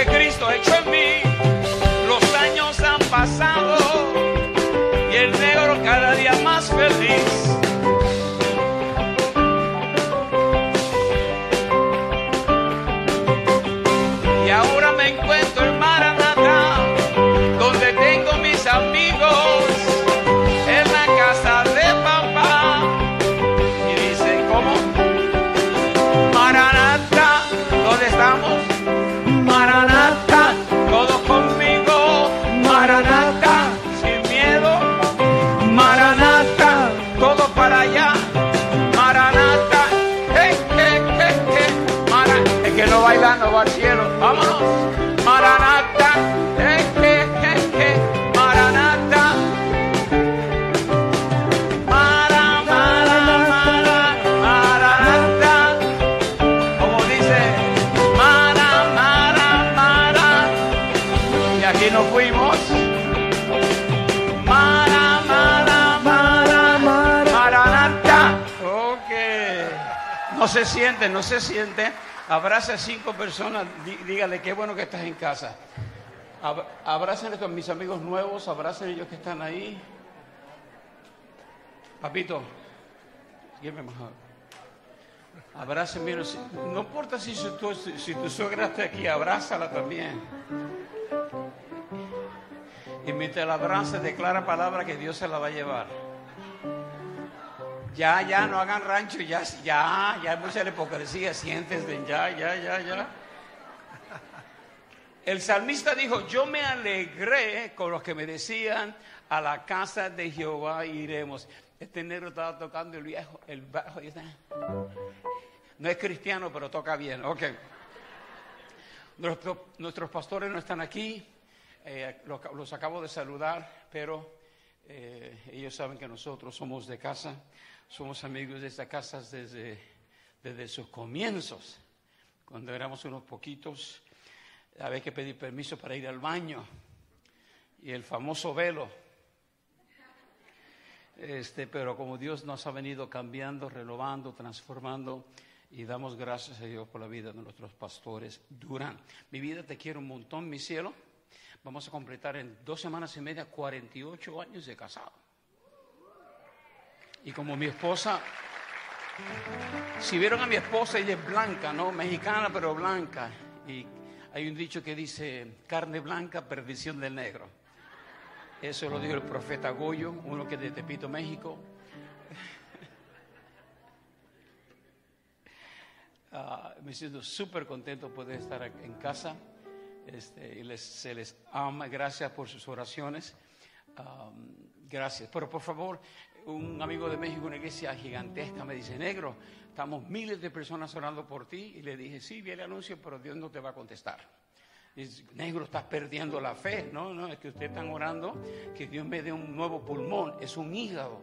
Cristo ha hecho en mí. Los años han pasado y el negro cada día más feliz. Y ahora me encuentro en Maranatha, donde tengo mis amigos, en la casa de papá. Y dicen, ¿cómo? Maranatha, ¿dónde estamos? Maranatha, todos conmigo. Maranatha, sin miedo. Maranatha, todos para allá. Maranatha, el que no baila no va al cielo. Vámonos. Maranatha, Maranatha. Maranatha. Como dice, Mara. Y aquí nos fuimos. Maranatha. Ok. No se siente. Abraza a 5 personas, dígale qué bueno que estás en casa. Abracen a mis amigos nuevos, abracen a ellos que están ahí. Papito, give me a hug. Abrácenme, no importa si tu suegra está aquí, abrázala también. Y mientras la abraza, declara palabra que Dios se la va a llevar. Ya, no hagan rancho, ya hay mucha hipocresía, siéntense, ya. El salmista dijo, yo me alegré con los que me decían, a la casa de Jehová iremos. Este negro estaba tocando el bajo, no es cristiano, pero toca bien, ok. Nuestros pastores no están aquí, los acabo de saludar, pero ellos saben que nosotros somos de casa. Somos amigos de esta casa desde sus comienzos. Cuando éramos unos poquitos, había que pedir permiso para ir al baño. Y el famoso velo. Pero como Dios nos ha venido cambiando, renovando, transformando, y damos gracias a Dios por la vida de nuestros pastores Durán. Mi vida, te quiero un montón, mi cielo. Vamos a completar en 2 semanas y media 48 años de casado. Y como mi esposa, si vieron a mi esposa, ella es blanca, ¿no? Mexicana, pero blanca. Y hay un dicho que dice, carne blanca, perdición del negro. Eso lo dijo el profeta Goyo, uno que es de Tepito, México. Me siento súper contento de poder estar en casa. Y se les ama. Gracias por sus oraciones. Gracias. Pero por favor, un amigo de México, una iglesia gigantesca, me dice, negro, estamos miles de personas orando por ti. Y le dije, sí, vi el anuncio, pero Dios no te va a contestar. Y dice, negro, estás perdiendo la fe. No, es que ustedes están orando que Dios me dé un nuevo pulmón. Es un hígado.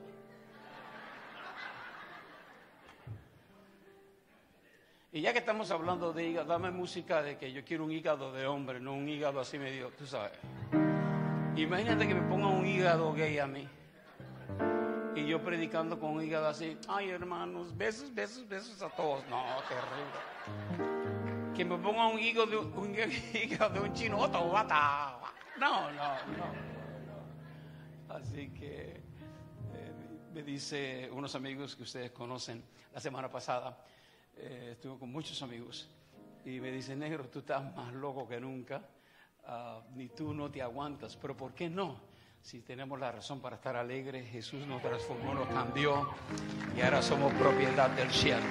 Y ya que estamos hablando de hígado, dame música de que yo quiero un hígado de hombre, no un hígado así medio, tú sabes. Imagínate que me pongan un hígado gay a mí. Y yo predicando con un hígado así, ay hermanos, besos a todos. No, terrible. Que me pongan un hígado de un chino, otro bata. No. Así que me dice unos amigos que ustedes conocen, la semana pasada estuve con muchos amigos y me dice, negro, tú estás más loco que nunca, ni tú no te aguantas, pero ¿por qué no? Si tenemos la razón para estar alegres, Jesús nos transformó, nos cambió y ahora somos propiedad del cielo.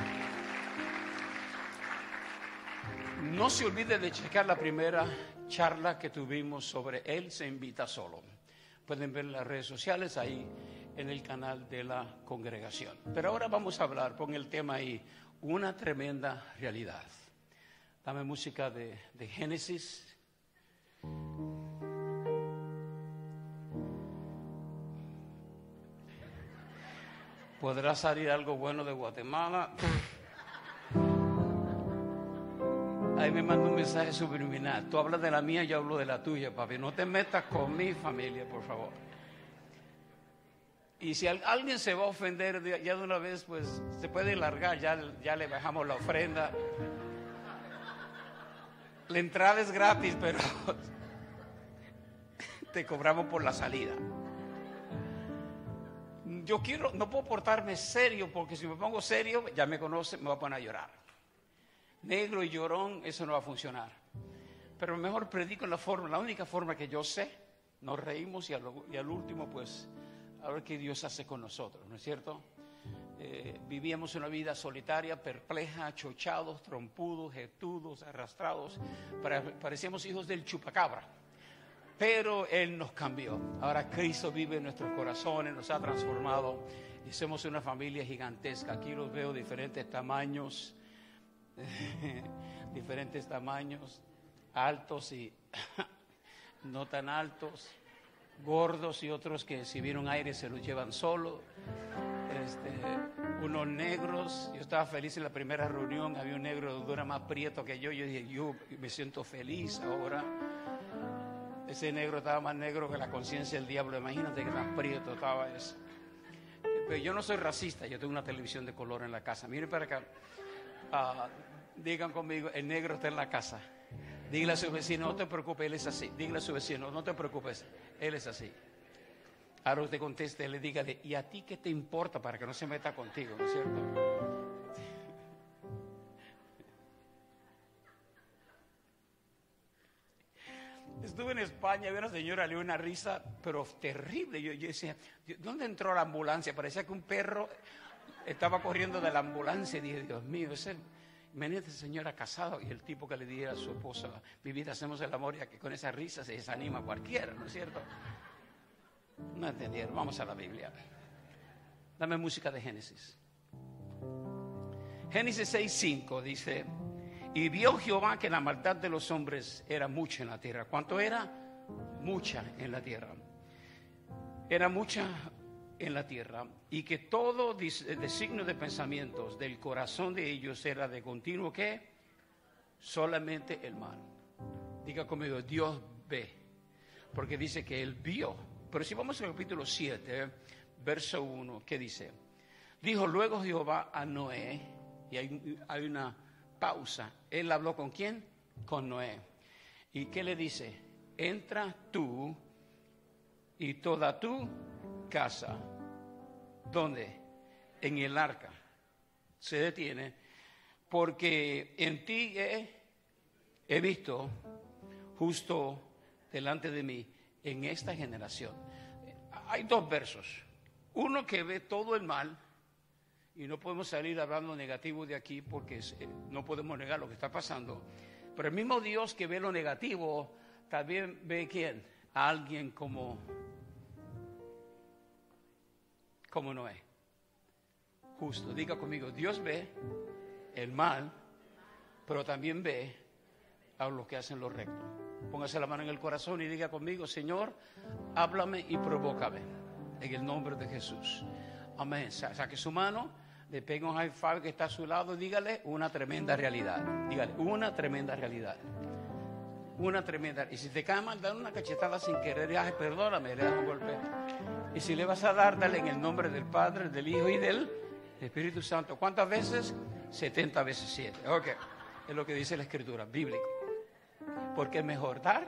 No se olvide de checar la primera charla que tuvimos sobre Él se invita solo. Pueden ver las redes sociales ahí en el canal de la congregación. Pero ahora vamos a hablar, pon el tema ahí, una tremenda realidad. Dame música de Génesis. ¿Podrá salir algo bueno de Guatemala? Ahí me mandó un mensaje subliminal. Tú hablas de la mía, yo hablo de la tuya, papi. No te metas con mi familia, por favor. Y si alguien se va a ofender ya de una vez, pues se puede largar, ya le bajamos la ofrenda. La entrada es gratis, pero te cobramos por la salida. No puedo portarme serio, porque si me pongo serio, ya me conocen, me voy a poner a llorar. Negro y llorón, eso no va a funcionar. Pero mejor predico en la única forma que yo sé. Nos reímos y al último, pues, a ver qué Dios hace con nosotros, ¿no es cierto? Vivíamos una vida solitaria, perpleja, chochados, trompudos, jetudos, arrastrados. Parecíamos hijos del chupacabra. Pero Él nos cambió. Ahora Cristo vive en nuestros corazones, nos ha transformado y somos una familia gigantesca. Aquí los veo diferentes tamaños, altos y no tan altos, gordos y otros que si vieron aire se los llevan solo. Unos negros. Yo estaba feliz en la primera reunión, había un negro de dura más prieto que yo dije, yo me siento feliz ahora. Ese negro estaba más negro que la conciencia del diablo. Imagínate que tan prieto estaba eso. Pero yo no soy racista, yo tengo una televisión de color en la casa. Miren para acá. Digan conmigo, el negro está en la casa. Dígale a su vecino, no te preocupes, él es así. Dígale a su vecino, no te preocupes, él es así. Ahora usted conteste, le diga, ¿y a ti qué te importa? Para que no se meta contigo, ¿no es cierto? Estuve en España, vi a una señora, le dio una risa, pero terrible. Yo decía, ¿dónde entró la ambulancia? Parecía que un perro estaba corriendo de la ambulancia. Y dije, Dios mío, imagínate señora casada y el tipo que le diga a su esposa, mi vida, hacemos el amor, ya que con esa risa se desanima cualquiera, ¿no es cierto? No entendieron. Vamos a la Biblia. Dame música de Génesis. Génesis 6:5 dice: y vio Jehová que la maldad de los hombres era mucha en la tierra. ¿Cuánto era? Mucha en la tierra. Era mucha en la tierra. Y que todo designio de pensamientos del corazón de ellos era de continuo, ¿qué? Solamente el mal. Diga conmigo, Dios ve. Porque dice que Él vio. Pero si vamos al capítulo 7, verso 1, ¿qué dice? Dijo luego Jehová a Noé, y hay una pausa. Él habló ¿con quién? Con Noé. ¿Y qué le dice? Entra tú y toda tu casa. ¿Dónde? En el arca. Se detiene. Porque en ti he visto justo delante de mí en esta generación. Hay dos versos. Uno que ve todo el mal. Y no podemos salir hablando negativo de aquí porque no podemos negar lo que está pasando. Pero el mismo Dios que ve lo negativo, también ve ¿quién? A alguien como Noé. Justo, diga conmigo, Dios ve el mal, pero también ve a los que hacen lo recto. Póngase la mano en el corazón y diga conmigo, Señor, háblame y provócame. En el nombre de Jesús. Amén. Saque su mano. Le pega un high five que está a su lado, dígale una tremenda realidad. Dígale, una tremenda realidad. Una tremenda. Y si te cae mal, dale una cachetada sin querer y perdóname, le das un golpe. Y si le vas a dar, dale en el nombre del Padre, del Hijo y del Espíritu Santo. ¿Cuántas veces? 70 veces 7. Ok. Es lo que dice la Escritura, bíblico. Porque es mejor dar.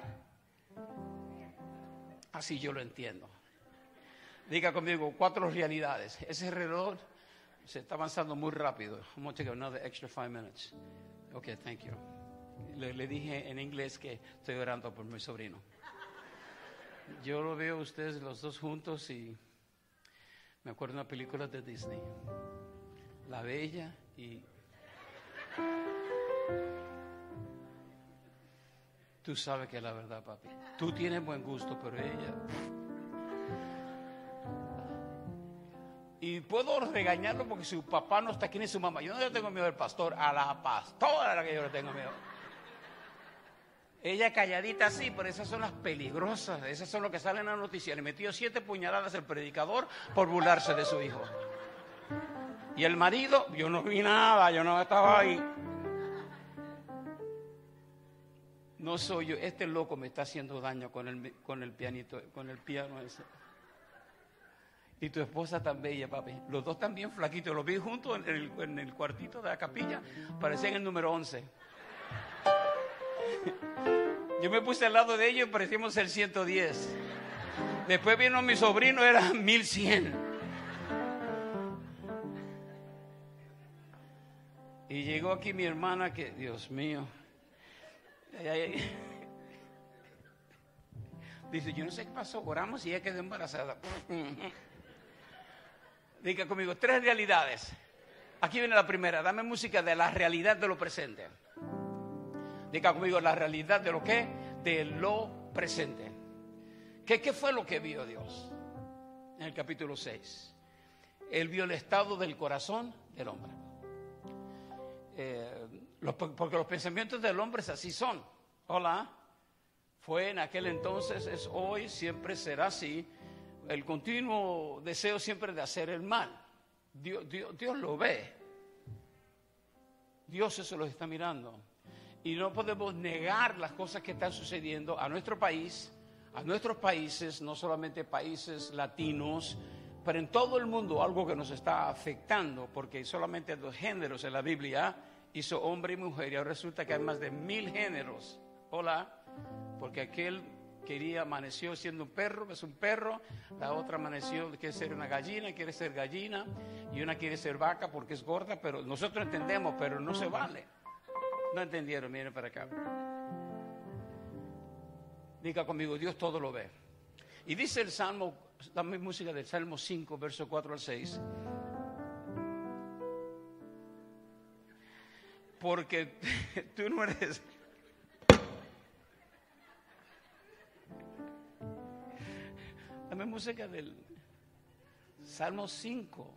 Así yo lo entiendo. Diga conmigo, 4 realidades. Ese reloj se está avanzando muy rápido. I'm going to take another extra 5 minutes. Okay, thank you. Le dije en inglés que estoy orando por mi sobrino. Yo lo veo ustedes los dos juntos y me acuerdo de una película de Disney. La Bella y... Tú sabes que es la verdad, papi. Tú tienes buen gusto, pero ella... Y puedo regañarlo porque su papá no está aquí ni su mamá. Yo no le tengo miedo al pastor, a la pastora a la que yo le tengo miedo. Ella calladita así, pero esas son las peligrosas. Esas son las que salen en la noticia. Le metió 7 puñaladas al predicador por burlarse de su hijo. Y el marido, yo no vi nada, yo no estaba ahí. No soy yo, este loco me está haciendo daño con el pianito, con el piano ese. Y tu esposa tan bella, papi. Los dos también flaquitos. Los vi juntos en el cuartito de la capilla. Parecían el número 11. Yo me puse al lado de ellos y parecíamos el 110. Después vino mi sobrino, era 1100. Y llegó aquí mi hermana, que Dios mío. Dice, yo no sé qué pasó, oramos y ella quedó embarazada. Diga conmigo, 3 realidades. Aquí viene la primera, dame música de la realidad de lo presente. Diga conmigo, la realidad de lo que, de lo presente. ¿Qué fue lo que vio Dios? En el capítulo 6. Él vio el estado del corazón del hombre. Porque los pensamientos del hombre así son. Hola. Fue en aquel entonces, es hoy, siempre será así. El continuo deseo siempre de hacer el mal. Dios lo ve. Dios eso lo está mirando. Y no podemos negar las cosas que están sucediendo a nuestro país, a nuestros países, no solamente países latinos, pero en todo el mundo algo que nos está afectando, porque solamente 2 géneros en la Biblia hizo hombre y mujer, y ahora resulta que hay más de 1000 géneros. Hola. Porque aquel amaneció siendo un perro, es un perro, la otra amaneció, quiere ser una gallina, quiere ser gallina, y una quiere ser vaca porque es gorda, pero nosotros entendemos, pero no se vale. No entendieron, miren para acá. Diga conmigo, Dios todo lo ve. Y dice el Salmo, dame música del Salmo 5, verso 4 al 6. Porque tú no eres... Dame música del Salmo 5.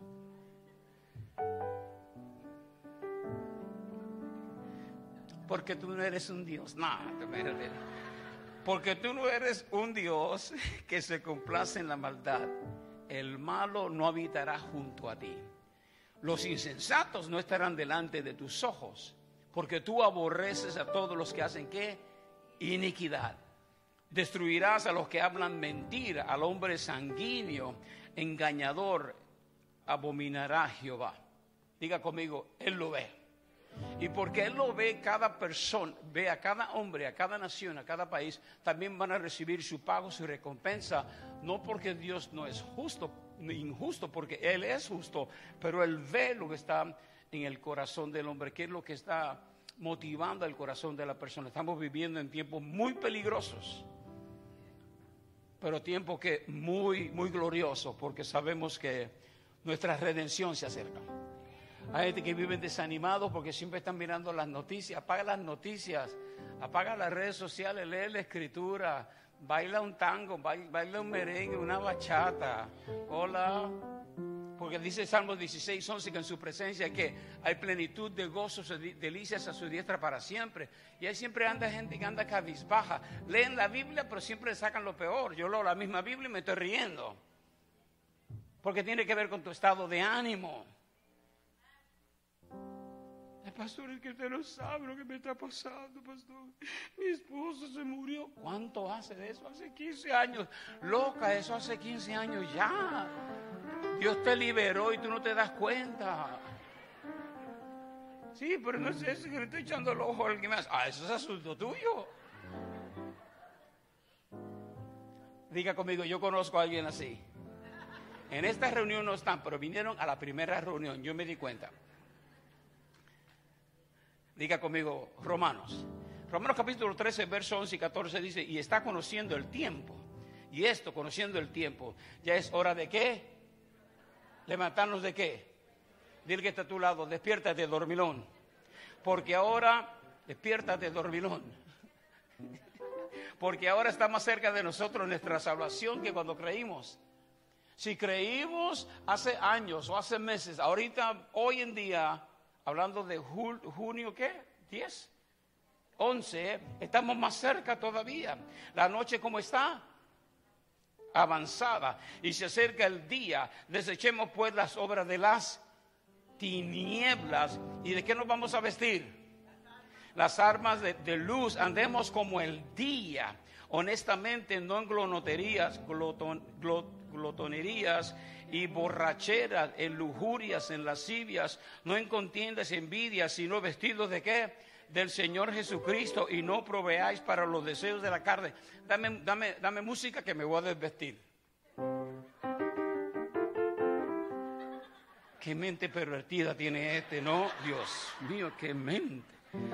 Porque tú no eres un Dios. No, porque tú no eres un Dios que se complace en la maldad. El malo no habitará junto a ti. Los insensatos no estarán delante de tus ojos. Porque tú aborreces a todos los que hacen ¿qué? Iniquidad. Destruirás a los que hablan mentira, al hombre sanguíneo, engañador, abominará Jehová. Diga conmigo, Él lo ve. Y porque Él lo ve, cada persona, ve a cada hombre, a cada nación, a cada país, también van a recibir su pago, su recompensa. No porque Dios no es justo, injusto, porque Él es justo, pero Él ve lo que está en el corazón del hombre, qué es lo que está motivando el corazón de la persona. Estamos viviendo en tiempos muy peligrosos, pero tiempos que muy gloriosos, porque sabemos que nuestra redención se acerca. Hay gente que vive desanimados porque siempre están mirando las noticias. Apaga las noticias, apaga las redes sociales, lee la escritura, baila un tango, baila un merengue, una bachata. Hola. Porque dice Salmo 16:11 que en su presencia que hay plenitud de gozos, delicias a su diestra para siempre. Y ahí siempre anda gente que anda cabizbaja. Leen la Biblia, pero siempre sacan lo peor. Yo leo la misma Biblia y me estoy riendo. Porque tiene que ver con tu estado de ánimo. El pastor, es que usted no sabe lo que me está pasando, pastor. Mi esposo se murió. ¿Cuánto hace de eso? Hace 15 años. Loca, eso hace 15 años ya. Dios te liberó y tú no te das cuenta. Sí, pero no es eso que le estoy echando el ojo a alguien más. Eso es asunto tuyo. Diga conmigo, yo conozco a alguien así. En esta reunión no están, pero vinieron a la primera reunión. Yo me di cuenta. Diga conmigo, Romanos. Romanos capítulo 13, verso 11 y 14 dice, y está conociendo el tiempo. Y esto, conociendo el tiempo, ya es hora de ¿qué? ¿Levantarnos de qué? Dile que está a tu lado, despiértate, dormilón. Porque ahora, despiértate, dormilón. Porque ahora está más cerca de nosotros nuestra salvación que cuando creímos. Si creímos hace años o hace meses, ahorita, hoy en día, hablando de junio, ¿qué? 10, 11, estamos más cerca todavía. La noche, ¿cómo está? Avanzada, y se acerca el día. Desechemos pues las obras de las tinieblas. ¿Y de qué nos vamos a vestir? Las armas de luz. Andemos como el día, honestamente, no en glotonerías, glotonerías y borracheras, en lujurias, en lascivias, no en contiendas, envidias, sino vestidos de ¿qué? del Señor Jesucristo y no proveáis para los deseos de la carne. Dame música que me voy a desvestir. Qué mente pervertida tiene ¿no? Dios mío, qué mente.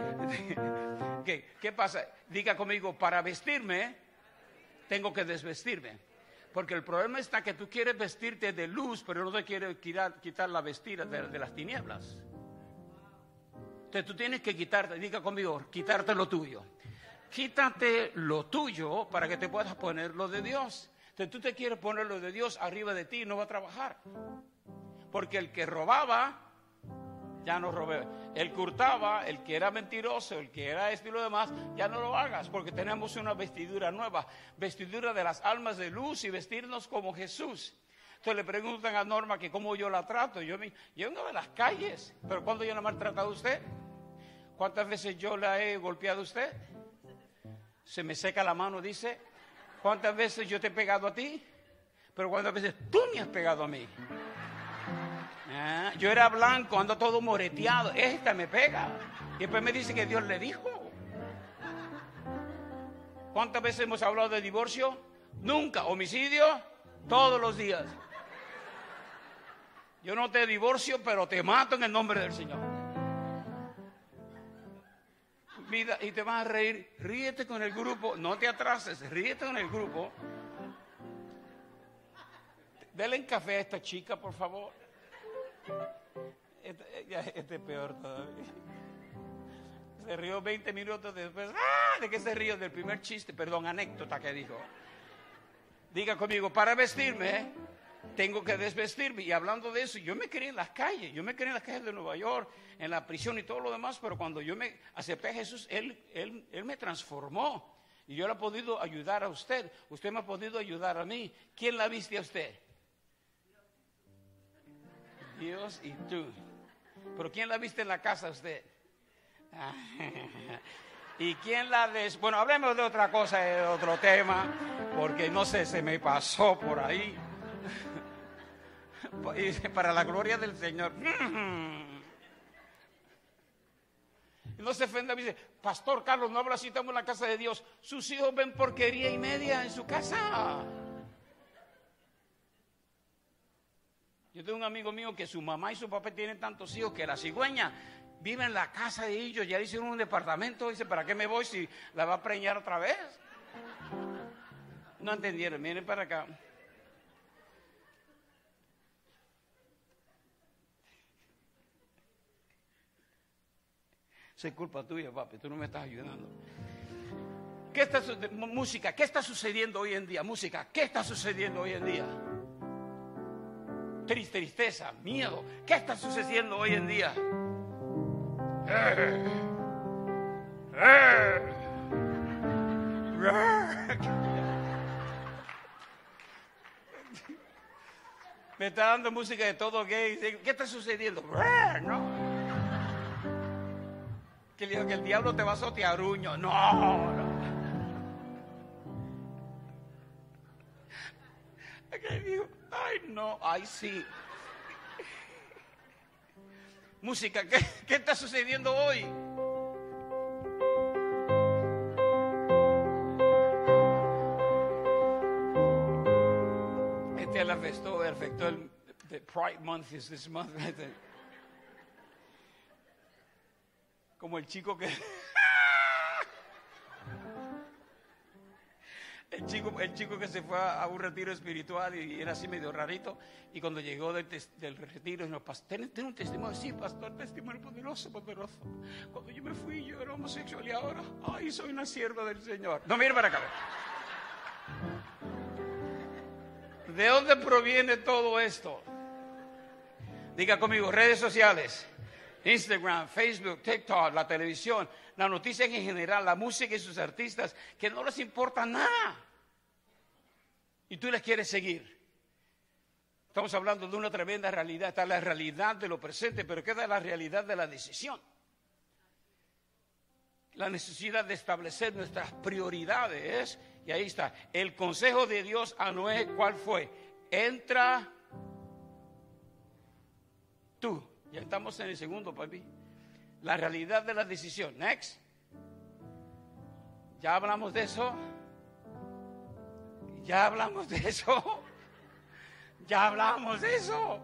¿Qué pasa? Diga conmigo, para vestirme, tengo que desvestirme. Porque el problema está que tú quieres vestirte de luz, pero no te quieres quitar la vestida de las tinieblas. Entonces tú tienes que quitarte, diga conmigo, quitarte lo tuyo. Quítate lo tuyo para que te puedas poner lo de Dios. Entonces tú te quieres poner lo de Dios arriba de ti y no va a trabajar. Porque el que robaba, ya no robé. El que hurtaba, el que era mentiroso, el que era esto y lo demás, ya no lo hagas, porque tenemos una vestidura nueva, vestidura de las almas de luz y vestirnos como Jesús. Entonces le preguntan a Norma que cómo yo la trato. Yo vengo de las calles, pero ¿cuándo yo la he maltratado a usted? ¿Cuántas veces yo la he golpeado a usted? Se me seca la mano, dice. ¿Cuántas veces yo te he pegado a ti? Pero ¿cuántas veces tú me has pegado a mí? Yo era blanco, ando todo moreteado. Esta me pega. Y después me dice que Dios le dijo. ¿Cuántas veces hemos hablado de divorcio? Nunca. Homicidio, todos los días. Yo no te divorcio, pero te mato en el nombre del Señor. Vida, y te vas a reír. Ríete con el grupo. No te atrases, ríete con el grupo. Dele un café a esta chica, por favor. Este es peor todavía. Se rió 20 minutos después. ¿De qué se rió? Del primer chiste, perdón, anécdota que dijo. Diga conmigo, para vestirme, tengo que desvestirme. Y hablando de eso, yo me crié en las calles. Yo me crié en las calles de Nueva York, en la prisión y todo lo demás. Pero cuando yo me acepté a Jesús, Él me transformó. Y yo le he podido ayudar a usted. Usted me ha podido ayudar a mí. ¿Quién la viste a usted? Dios y tú. Pero ¿quién la viste en la casa usted? ¿Y quién la Bueno, hablemos de otra cosa, de otro tema, porque no sé, se me pasó por ahí. Para la gloria del Señor. No se ofenda, dice, Pastor Carlos, no habla así, estamos en la casa de Dios. Sus hijos ven porquería y media en su casa. Yo tengo un amigo mío que su mamá y su papá tienen tantos hijos que la cigüeña vive en la casa de ellos. Ya hicieron un departamento. Dice, ¿para qué me voy si la va a preñar otra vez? No entendieron, miren para acá. Eso es culpa tuya, papi, tú no me estás ayudando. Música, ¿qué está sucediendo hoy en día? Música, ¿qué está sucediendo hoy en día? Tristeza, miedo. ¿Qué está sucediendo hoy en día? Me está dando música de todo gay. ¿Qué está sucediendo? No. Que el diablo te va a azotear, uño. No. Digo, ay, no, ay, sí. Música, ¿qué está sucediendo hoy? Este le afectó el Pride Month is this month. Como el chico que... El chico que se fue a un retiro espiritual y era así medio rarito, y cuando llegó del retiro, dijo, ¿Tiene un testimonio? Sí, pastor, testimonio poderoso. Cuando yo me fui, yo era homosexual y ahora, ay, soy una sierva del Señor. No, mire para acá. ¿De dónde proviene todo esto? Diga conmigo, redes sociales, Instagram, Facebook, TikTok, la televisión, la noticia en general, la música y sus artistas, que no les importa nada. Y tú les quieres seguir. Estamos hablando de una tremenda realidad. Está la realidad de lo presente, pero queda la realidad de la decisión. La necesidad de establecer nuestras prioridades. Y ahí está. El consejo de Dios a Noé, ¿cuál fue? Entra tú. Ya estamos en el segundo, papi. La realidad de la decisión. Next. Ya hablamos de eso. Ya hablamos de eso. Ya hablamos de eso.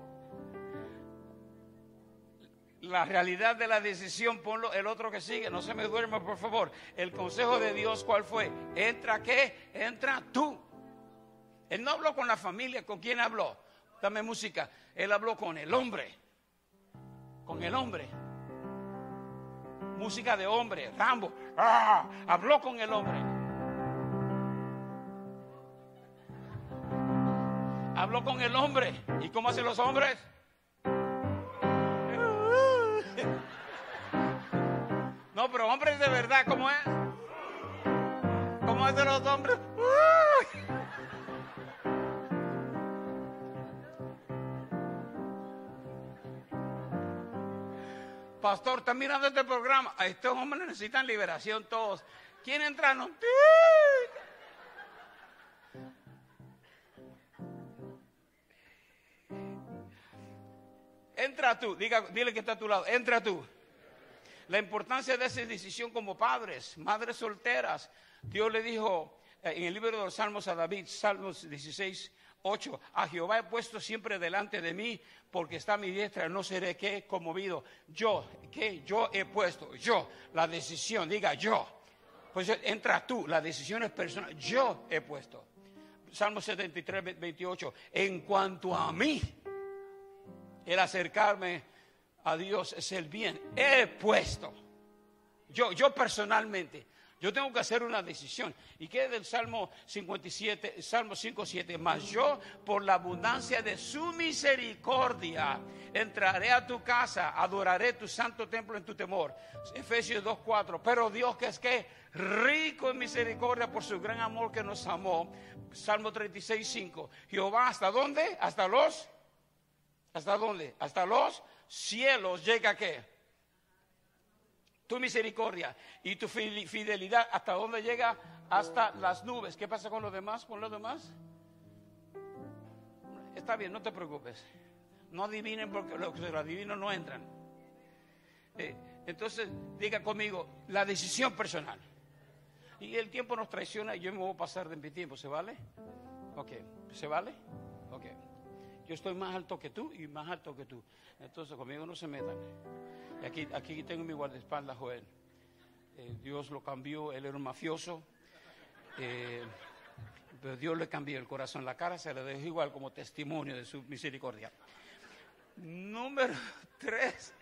La realidad de la decisión, ponlo el otro que sigue, no se me duerma por favor. El consejo de Dios, ¿cuál fue? ¿Entra qué? Entra tú. Él no habló con la familia, ¿con quién habló? Dame música. Él habló con el hombre. Con el hombre. Música de hombre, Rambo. ¡Ah! Habló con el hombre. Habló con el hombre. ¿Y cómo hacen los hombres? No, pero hombres de verdad, ¿cómo es? ¿Cómo hacen los hombres? Pastor, ¿está mirando este programa? A estos hombres necesitan liberación todos. ¿Quién entraron? Entra tú, dile que está a tu lado, entra tú. La importancia de esa decisión como padres, madres solteras. Dios le dijo en el libro de los Salmos a David, Salmos 16:8, a Jehová he puesto siempre delante de mí, porque está a mi diestra, no seré ¿qué? Conmovido. Yo he puesto, la decisión, diga yo. Pues entra tú, la decisión es personal, yo he puesto. Salmo 73:28, en cuanto a mí, el acercarme a Dios es el bien. He puesto. Yo personalmente, yo tengo que hacer una decisión. ¿Y qué es del Salmo 57, Salmo 5:7? Mas yo, por la abundancia de su misericordia, entraré a tu casa, adoraré tu santo templo en tu temor. Efesios 2:4. Pero Dios, que es que rico en misericordia por su gran amor que nos amó. Salmo 36:5. Jehová, ¿hasta dónde? ¿Hasta dónde? Hasta los cielos llega ¿qué? Tu misericordia y tu fidelidad. ¿Hasta dónde llega? Hasta las nubes. ¿Qué pasa con los demás? ¿Con los demás? Está bien, no te preocupes. No adivinen porque los que lo adivinan no entran. Entonces, diga conmigo, la decisión personal. Y el tiempo nos traiciona y yo me voy a pasar de mi tiempo. ¿Se vale? Ok. ¿Se vale? Ok. Yo estoy más alto que tú y más alto que tú. Entonces conmigo no se metan. Y aquí tengo mi guardaespaldas, Joel. Dios lo cambió, él era un mafioso. Pero Dios le cambió el corazón, la cara se le dejó igual como testimonio de su misericordia. Número 3.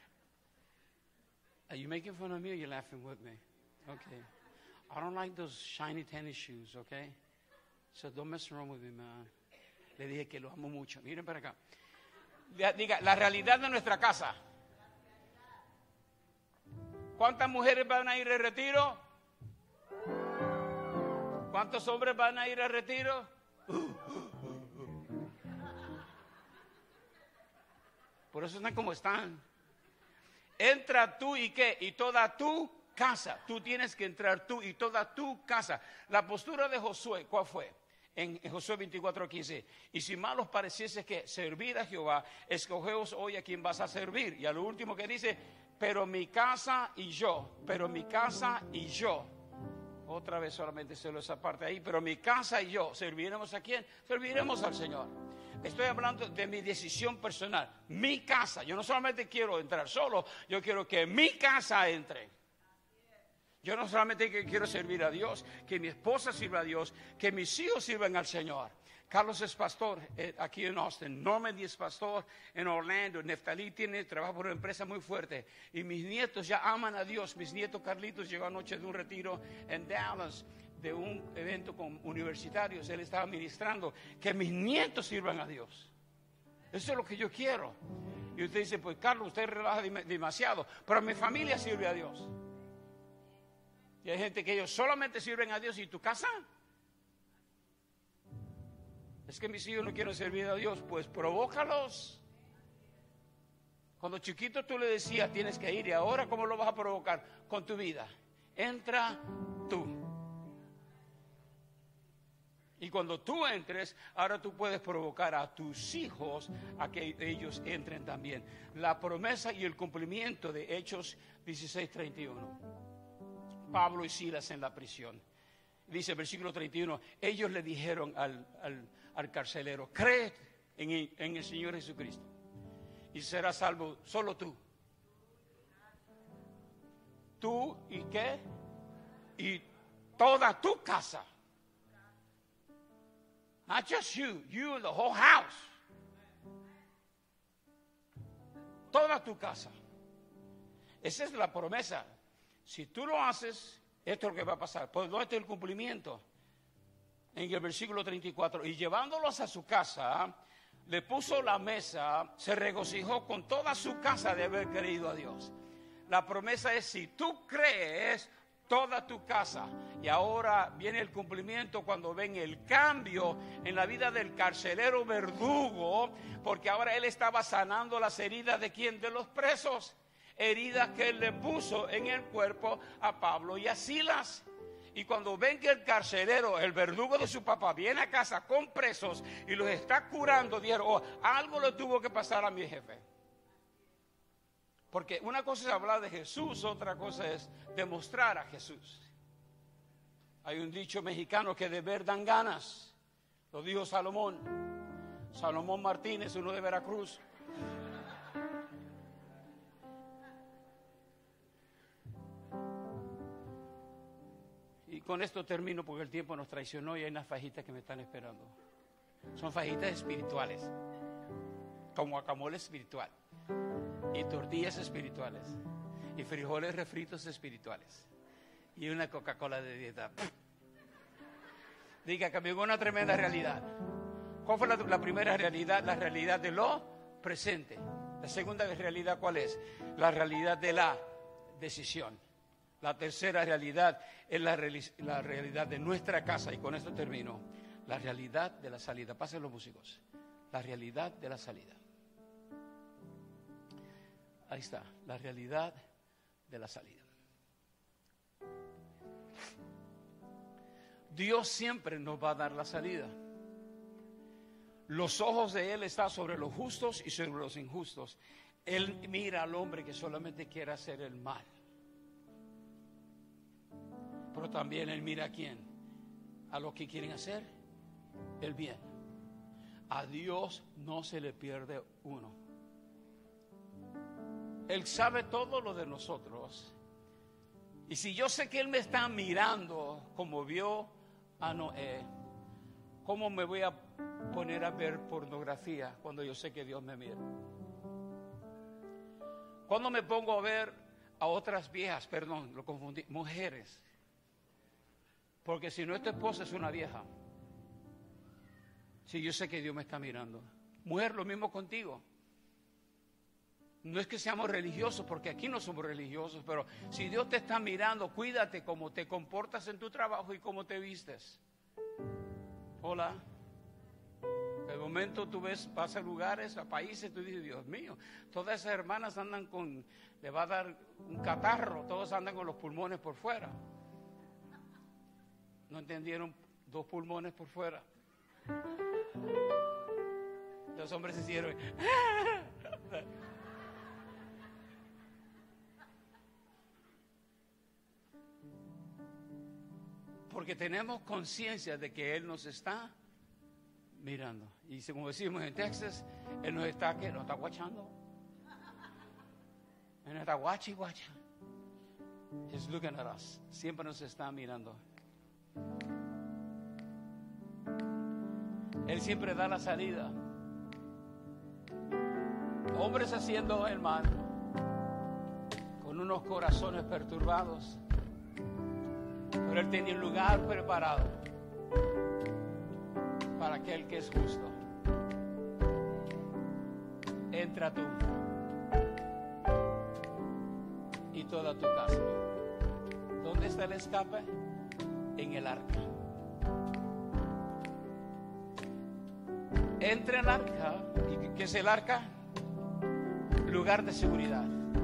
Are you making fun of me or you laughing with me? Okay. I don't like those shiny tennis shoes, okay? So don't mess around with me, man. Le dije que lo amo mucho. Miren para acá. Diga, la realidad de nuestra casa. ¿Cuántas mujeres van a ir al retiro? ¿Cuántos hombres van a ir al retiro? Por eso están como están. Entra tú y qué, y toda tu casa. Tú tienes que entrar tú y toda tu casa. La postura de Josué, ¿cuál fue? En Josué 24:15, y si mal os pareciese que servir a Jehová, escogeos hoy a quien vas a servir. Y a lo último que dice, pero mi casa y yo, otra vez solamente solo esa parte ahí, pero mi casa y yo, ¿serviremos a quién? Serviremos al Señor. Estoy hablando de mi decisión personal, mi casa. Yo no solamente quiero entrar solo, yo quiero que mi casa entre. Yo no solamente quiero servir a Dios, que mi esposa sirva a Dios, que mis hijos sirvan al Señor. Carlos es pastor aquí en Austin, Normandy es pastor en Orlando, Neftalí trabaja por una empresa muy fuerte y mis nietos ya aman a Dios. Mis nietos Carlitos llegó anoche de un retiro en Dallas, de un evento con universitarios, él estaba ministrando, que mis nietos sirvan a Dios. Eso es lo que yo quiero. Y usted dice, pues Carlos, usted relaja demasiado, pero mi familia sirve a Dios. Y hay gente que ellos solamente sirven a Dios. ¿Y tu casa? Es que mis hijos no quieren servir a Dios. Pues provócalos. Cuando chiquito tú le decías tienes que ir, y ahora ¿cómo lo vas a provocar? Con tu vida. Entra tú. Y cuando tú entres, ahora tú puedes provocar a tus hijos a que ellos entren también. La promesa y el cumplimiento de Hechos 16:31. Pablo y Silas en la prisión. Dice el versículo 31, ellos le dijeron al carcelero, cree en el Señor Jesucristo y serás salvo solo tú. Tú y qué? Y toda tu casa. Not just you and the whole house. Toda tu casa. Esa es la promesa. Si tú lo haces, esto es lo que va a pasar. Pues ¿dónde está el cumplimiento? En el versículo 34. Y llevándolos a su casa, le puso la mesa, se regocijó con toda su casa de haber creído a Dios. La promesa es, si tú crees, toda tu casa. Y ahora viene el cumplimiento cuando ven el cambio en la vida del carcelero verdugo, porque ahora él estaba sanando las heridas de ¿quién? De los presos. Heridas que él le puso en el cuerpo a Pablo y a Silas. Y cuando ven que el carcelero, el verdugo de su papá, viene a casa con presos y los está curando, dijeron, oh, algo le tuvo que pasar a mi jefe. Porque una cosa es hablar de Jesús, otra cosa es demostrar a Jesús. Hay un dicho mexicano que de ver dan ganas. Lo dijo Salomón. Salomón Martínez, uno de Veracruz. Y con esto termino porque el tiempo nos traicionó y hay unas fajitas que me están esperando. Son fajitas espirituales, con guacamole espiritual, y tortillas espirituales, y frijoles refritos espirituales, y una Coca-Cola de dieta. Diga que me llegó una tremenda realidad. ¿Cuál fue la primera realidad? La realidad de lo presente. La segunda realidad, ¿cuál es? La realidad de la decisión. La tercera realidad es la realidad de nuestra casa. Y con esto termino. La realidad de la salida. Pasen los músicos. La realidad de la salida. Ahí está. La realidad de la salida. Dios siempre nos va a dar la salida. Los ojos de Él están sobre los justos y sobre los injustos. Él mira al hombre que solamente quiere hacer el mal. Pero también Él mira a quién, a los que quieren hacer el bien. A Dios no se le pierde uno. Él sabe todo lo de nosotros. Y si yo sé que Él me está mirando como vio a Noé, ¿cómo me voy a poner a ver pornografía cuando yo sé que Dios me mira? ¿Cuándo me pongo a ver a otras viejas, perdón, lo confundí, mujeres? Porque si no es tu esposa, es una vieja. Si yo sé que Dios me está mirando. Mujer, lo mismo contigo. No es que seamos religiosos, porque aquí no somos religiosos, pero si Dios te está mirando, cuídate cómo te comportas en tu trabajo y cómo te vistes. Hola. De momento tú ves, vas a lugares, a países, tú dices, Dios mío, todas esas hermanas andan con, le va a dar un catarro, todos andan con los pulmones por fuera. ¿No entendieron? 2 pulmones por fuera. Los hombres se hicieron. Porque tenemos conciencia de que Él nos está mirando. Y como decimos en Texas, Él nos está, ¿qué? Nos está guachando. Él nos está guachi. He's looking at us. Siempre nos está mirando. Él siempre da la salida. Hombres haciendo el mal, con unos corazones perturbados, pero Él tiene un lugar preparado para aquel que es justo. Entra tú y toda tu casa. ¿Dónde está el escape? En el arca. Entra el arca. ¿Y qué es el arca? Lugar de seguridad,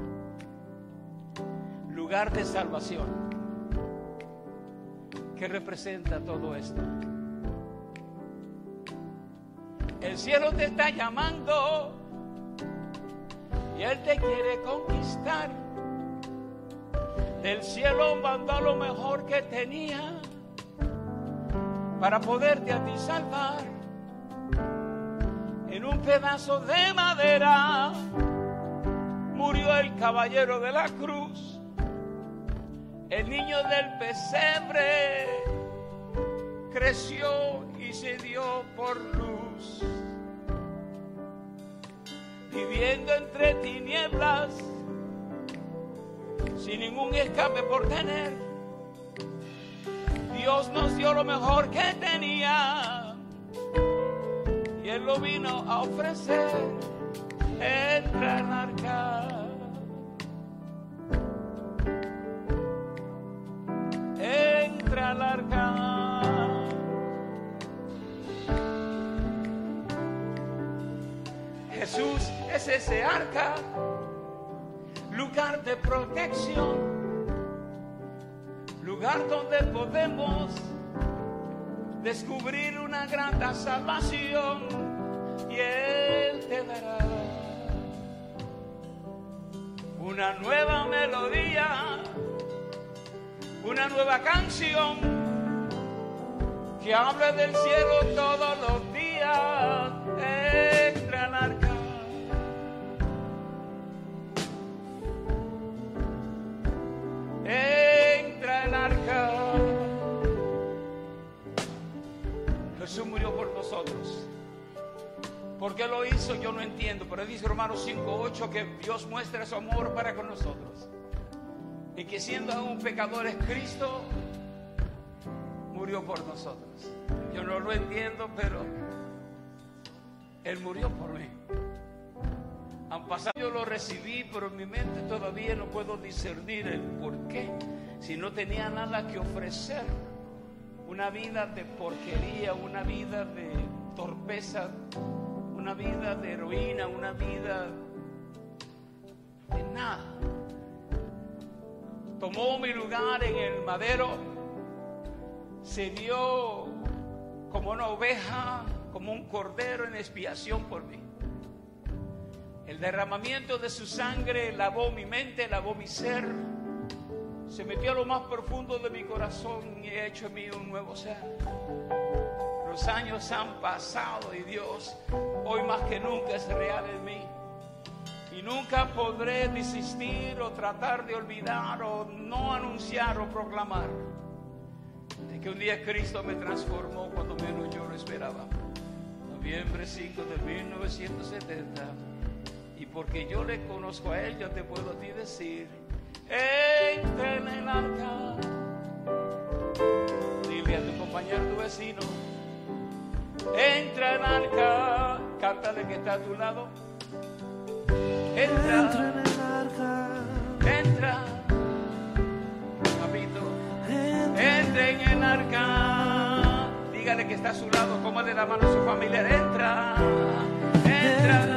lugar de salvación. ¿Qué representa todo esto? El cielo te está llamando y Él te quiere conquistar. Del cielo mandó lo mejor que tenía para poderte a ti salvar. En un pedazo de madera murió el caballero de la cruz. El niño del pesebre creció y se dio por luz. Viviendo entre tinieblas, sin ningún escape por tener, Dios nos dio lo mejor que tenía y Él lo vino a ofrecer. Entra al arca, entra al arca. Jesús es ese arca, lugar de protección, lugar donde podemos descubrir una gran salvación, y Él te dará una nueva melodía, una nueva canción que hable del cielo todos los días. Entra al arca, entra al arca. Jesús murió por nosotros. ¿Por qué lo hizo? Yo no entiendo, pero dice Romanos 5:8 que Dios muestra su amor para con nosotros y que siendo aún pecadores, Cristo murió por nosotros. Yo no lo entiendo, pero Él murió por mí. Han pasado, yo lo recibí, pero en mi mente todavía no puedo discernir el por qué. Si no tenía nada que ofrecer, una vida de porquería, una vida de torpeza, una vida de heroína, una vida de nada. Tomó mi lugar en el madero, se dio como una oveja, como un cordero en expiación por mí. El derramamiento de su sangre lavó mi mente, lavó mi ser, se metió a lo más profundo de mi corazón y ha hecho en mí un nuevo ser. Los años han pasado y Dios hoy más que nunca es real en mí. Y nunca podré desistir o tratar de olvidar o no anunciar o proclamar de que un día Cristo me transformó cuando menos yo lo esperaba. Noviembre 5 de 1970. Y porque yo le conozco a Él, yo te puedo a ti decir: entra en el arca. Dile a tu compañero, tu vecino: entra en el arca. Cántale que está a tu lado. Entra en el arca. Entra, papito. Entra en el arca. Dígale que está a su lado, cómale la mano a su familiar. Entra, entra.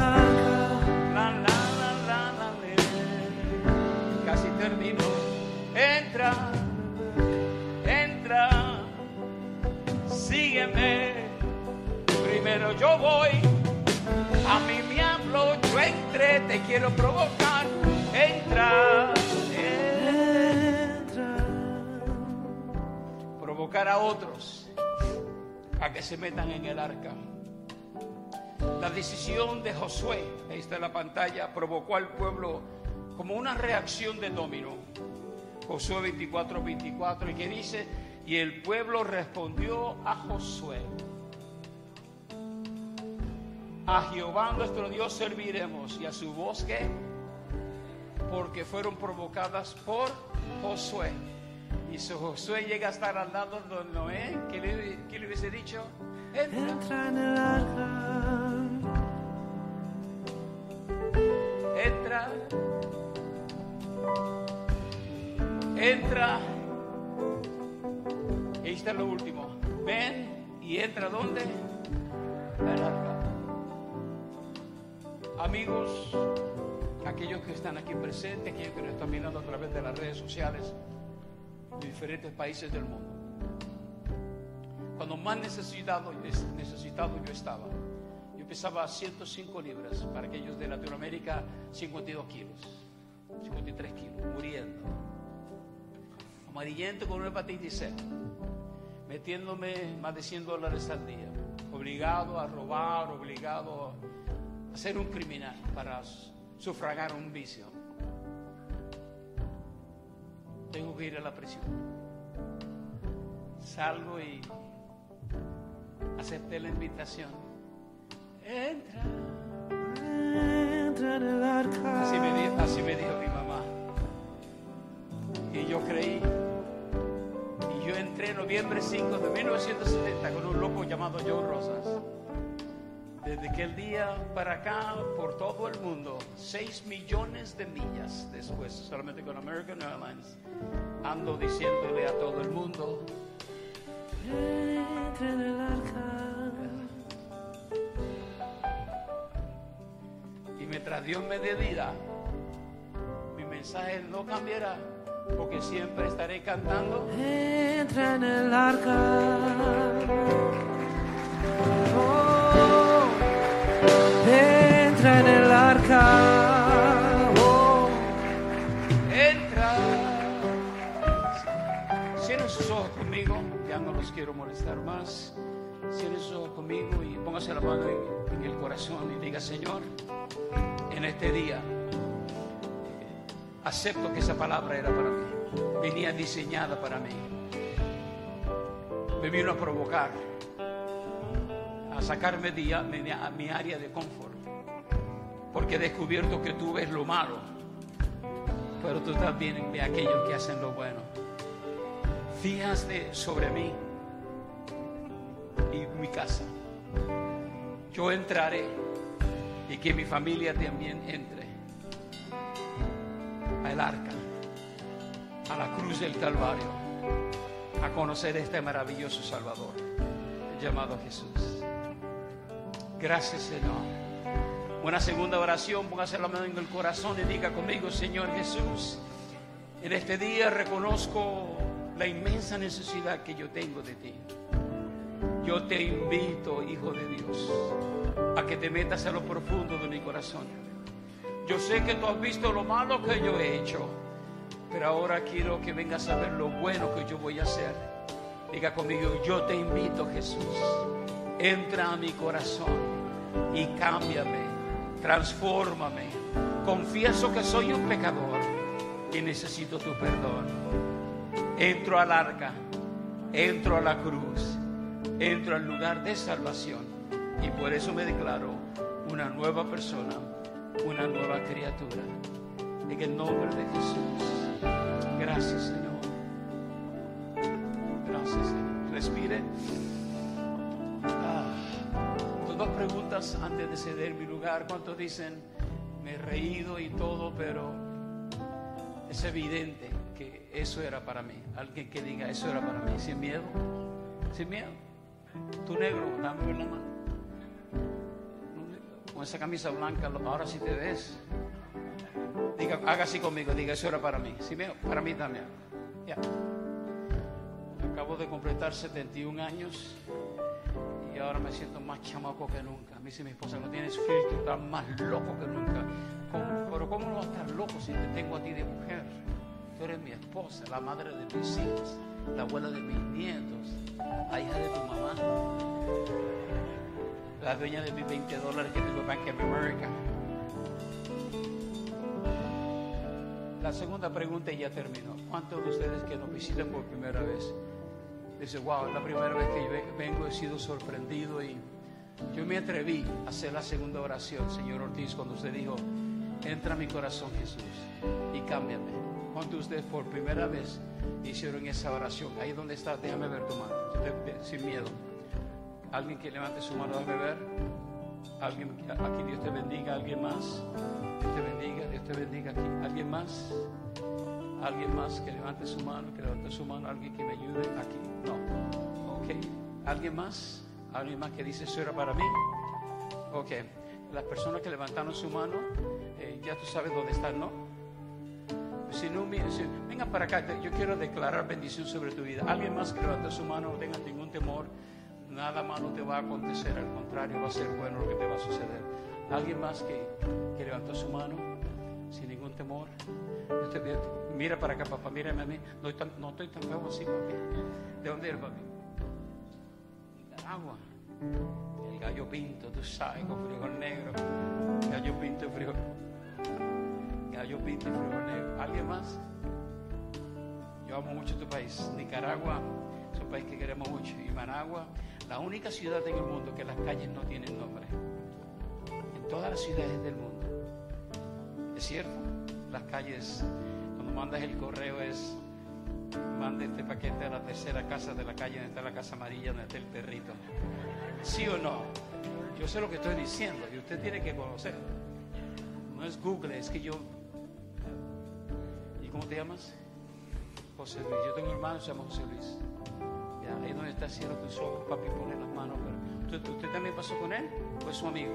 Casi termino. Entra, entra, sígueme. Primero yo voy, a mí me hablo, yo entré, te quiero provocar. Entra, entra. Provocar a otros a que se metan en el arca. La decisión de Josué, ahí está en la pantalla, provocó al pueblo como una reacción de dominó. Josué 24:24, y que dice: y el pueblo respondió a Josué: a Jehová nuestro Dios serviremos, y a su voz ¿qué? Porque fueron provocadas por Josué. Y si Josué llega a estar al lado de Noé, ¿qué le hubiese dicho? Entra en el arca. Entra. Entra. Y ahí está lo último. Ven y entra ¿dónde? Al arca. Amigos, aquellos que están aquí presentes, aquellos que nos están mirando a través de las redes sociales de diferentes países del mundo. Cuando más necesitado yo estaba, pesaba 105 libras, para aquellos de Latinoamérica 52 kilos, 53 kilos, muriendo, amarillento con una hepatitis C, metiéndome más de $100 al día, obligado a robar, obligado a ser un criminal para sufragar un vicio. Tengo que ir a la prisión. Salgo y acepté la invitación. Entra en el arca. Así me dijo mi mamá. Y yo creí. Y yo entré noviembre 5 de 1970 con un loco llamado Joe Rosas. Desde aquel día para acá, por todo el mundo, 6 millones de millas después, solamente con American Airlines, ando diciéndole a todo el mundo: entra en el arca. Y mientras Dios me dé vida, mi mensaje no cambiará, porque siempre estaré cantando: entra en el arca. Oh, entra en el arca. Oh, entra. Cierren sus ojos conmigo, ya no los quiero molestar más. Cierren sus ojos conmigo y póngase la mano en el corazón y diga: Señor, en este día acepto que esa palabra era para mí, venía diseñada para mí, me vino a provocar, a sacarme a mi área de confort, porque he descubierto que tú ves lo malo, pero tú también ves a aquellos que hacen lo bueno. Fíjate sobre mí y mi casa. Yo entraré y que mi familia también entre al arca, a la cruz del Calvario, a conocer este maravilloso Salvador llamado Jesús. Gracias, Señor. Una segunda oración, póngase la mano en el corazón y diga conmigo: Señor Jesús, en este día reconozco la inmensa necesidad que yo tengo de ti. Yo te invito, Hijo de Dios, a que te metas a lo profundo de mi corazón. Yo sé que tú has visto lo malo que yo he hecho, pero ahora quiero que vengas a ver lo bueno que yo voy a hacer. Diga conmigo: yo te invito, Jesús, entra a mi corazón y cámbiame, transfórmame. Confieso que soy un pecador y necesito tu perdón. Entro al arca, entro a la cruz, entro al lugar de salvación, y por eso me declaro una nueva persona, una nueva criatura. En el nombre de Jesús. Gracias, Señor. Gracias, Señor. Respire. Dos preguntas antes de ceder mi lugar. ¿Cuántos dicen: me he reído y todo, pero es evidente que eso era para mí? Alguien que diga: eso era para mí, sin miedo. Sin miedo. Tú, negro, dame ver la mano. Con esa camisa blanca, ahora sí te ves. Diga, haga así conmigo, diga: eso era para mí. Sí, para mí también. Ya. Acabo de completar 71 años y ahora me siento más chamaco que nunca. Me dice mi esposa: no tienes filtro, estás más loco que nunca. Pero ¿cómo no vas a estar loco si te tengo a ti de mujer? Tú eres mi esposa, la madre de mis hijos, la abuela de mis nietos, la hija de tu mamá, la dueña de mis $20 que tengo Bank of America. La segunda pregunta y ya terminó. ¿Cuántos de ustedes que nos visitan por primera vez dicen: wow, es la primera vez que yo vengo, he sido sorprendido? Y yo me atreví a hacer la segunda oración, señor Ortiz, cuando usted dijo: entra a mi corazón, Jesús, y cámbiame. ¿Cuántos de ustedes por primera vez hicieron esa oración? Ahí donde está, déjame ver tu mano, sin miedo. Alguien que levante su mano, déjame ver. Alguien aquí, Dios te bendiga. ¿Alguien más? Dios te bendiga, Dios te bendiga aquí. ¿Alguien más? ¿Alguien más que levante su mano? Alguien que me ayude aquí. No. Ok. ¿Alguien más? ¿Alguien más que dice: eso era para mí? Ok. Las personas que levantaron su mano, ya tú sabes dónde están, ¿no? Si no, vengan para acá. Yo quiero declarar bendición sobre tu vida. ¿Alguien más que levantó su mano? No tengan ningún temor. Nada malo te va a acontecer, al contrario, va a ser bueno lo que te va a suceder. ¿Alguien más que levantó su mano sin ningún temor? Mira para acá, papá, mírame a mí. No estoy tan feo así, papi. ¿De dónde eres, papi? Nicaragua. El gallo pinto, tú sabes, con frijol negro. Gallo pinto y frijol. Gallo pinto y frijol negro. ¿Alguien más? Yo amo mucho tu país. Nicaragua es un país que queremos mucho. Y Managua, la única ciudad en el mundo que las calles no tienen nombre. En todas las ciudades del mundo. ¿Es cierto? Las calles, cuando mandas el correo es: manda este paquete a la tercera casa de la calle donde está la casa amarilla, donde está el perrito. ¿Sí o no? Yo sé lo que estoy diciendo y usted tiene que conocer. No es Google, es que yo... ¿Y cómo te llamas? José Luis. Yo tengo un hermano que se llama José Luis. Ya, ahí donde está, cierra tus ojos, papi, pone las manos. Pero, ¿usted también pasó con él o es su amigo?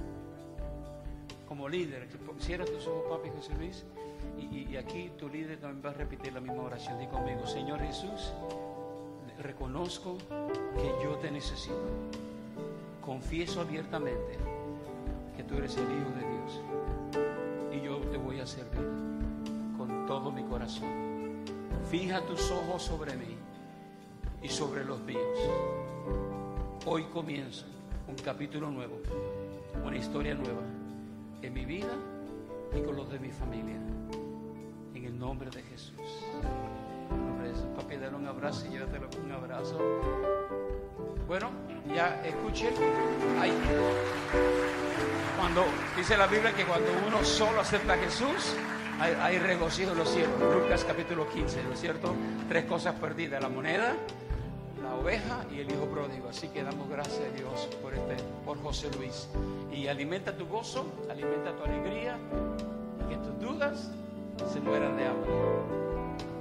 Como líder, cierra tus ojos, papi, José Luis. Y aquí tu líder también va a repetir la misma oración. Di conmigo: Señor Jesús, reconozco que yo te necesito. Confieso abiertamente que tú eres el Hijo de Dios y yo te voy a servir con todo mi corazón. Fija tus ojos sobre mí y sobre los míos. Hoy comienzo un capítulo nuevo, una historia nueva en mi vida y con los de mi familia. En el nombre de Jesús. En el nombre de Jesús. Papi, dale un abrazo y llévatelo con un abrazo. Bueno, ya escuchen. Cuando dice la Biblia que cuando uno solo acepta a Jesús, hay regocijo en los cielos. Lucas capítulo 15, ¿no es cierto? 3 cosas perdidas: la moneda, la oveja y el hijo pródigo. Así que damos gracias a Dios por José Luis. Y alimenta tu gozo, alimenta tu alegría, y que tus dudas se mueran de hambre.